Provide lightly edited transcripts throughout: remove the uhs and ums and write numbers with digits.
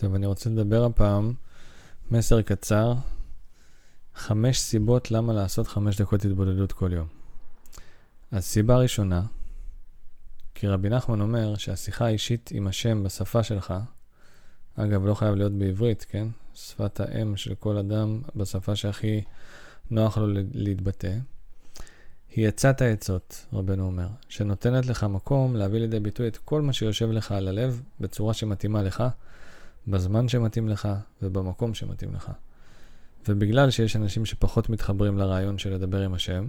טוב, אני רוצה לדבר הפעם מסר קצר, 5 סיבות למה לעשות 5 דקות התבודדות כל יום. אז סיבה ראשונה, כי רבי נחמן אומר שהשיחה האישית עם השם בשפה שלך, אגב לא חייב להיות בעברית, כן? שפת האם של כל אדם בשפה שהכי נוח לו להתבטא, היא עצת העצות, רבנו אומר, שנותנת לך מקום להביא לידי ביטוי את כל מה שיושב לך על הלב בצורה שמתאימה לך, בזמן שמתאים לך ובמקום שמתאים לך. ובגלל שיש אנשים שפחות מתחברים לרעיון של לדבר עם השם,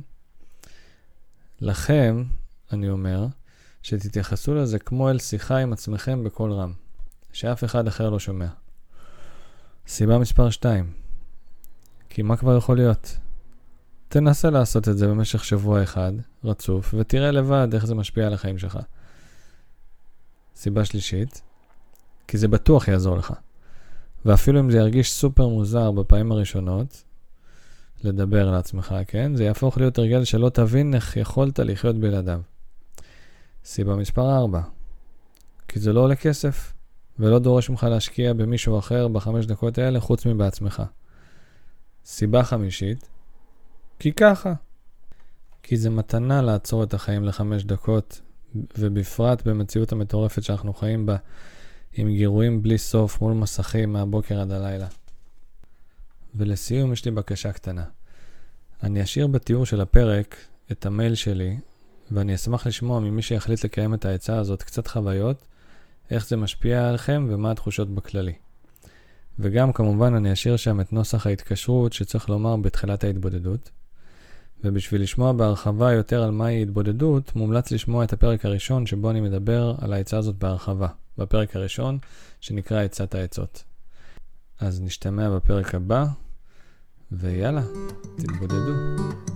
לכם, אני אומר, שתתייחסו לזה כמו אל שיחה עם עצמכם בכל רם, שאף אחד אחר לא שומע. סיבה מספר 2, כי מה כבר יכול להיות? תנסה לעשות את זה במשך שבוע אחד, רצוף, ותראה לבד איך זה משפיע על החיים שלך. סיבה שלישית, כי זה בטוח יעזור לך. ואפילו אם זה ירגיש סופר מוזר בפעמים הראשונות, לדבר לעצמך, כן? זה יהפוך להיות הרגל שלא תבין איך יכולת לחיות בלעדיו. סיבה מספר 4, כי זה לא עולה כסף, ולא דורש ממך להשקיע במישהו אחר ב5 דקות האלה חוץ מבעצמך. סיבה 5, כי ככה. כי זה מתנה לעצור את החיים ל5 דקות, ובפרט במציאות המטורפת שאנחנו חיים בה, עם גירויים בלי סוף מול מסכים מהבוקר עד הלילה. ולסיום יש לי בקשה קטנה. אני אשאיר בתיאור של הפרק את המייל שלי, ואני אשמח לשמוע ממי שיחליט לקיים את העצה הזאת קצת חוויות, איך זה משפיע עליכם ומה התחושות בכללי. וגם כמובן אני אשאיר שם את נוסח ההתקשרות שצריך לומר בתחילת ההתבודדות. ובשביל לשמוע בהרחבה יותר על מהי התבודדות, מומלץ לשמוע את הפרק הראשון שבו אני מדבר על העצה הזאת בהרחבה. בפרק הראשון שנקרא עצת העצות. אז נשתמע בפרק הבא, ויאללה, תתבודדו.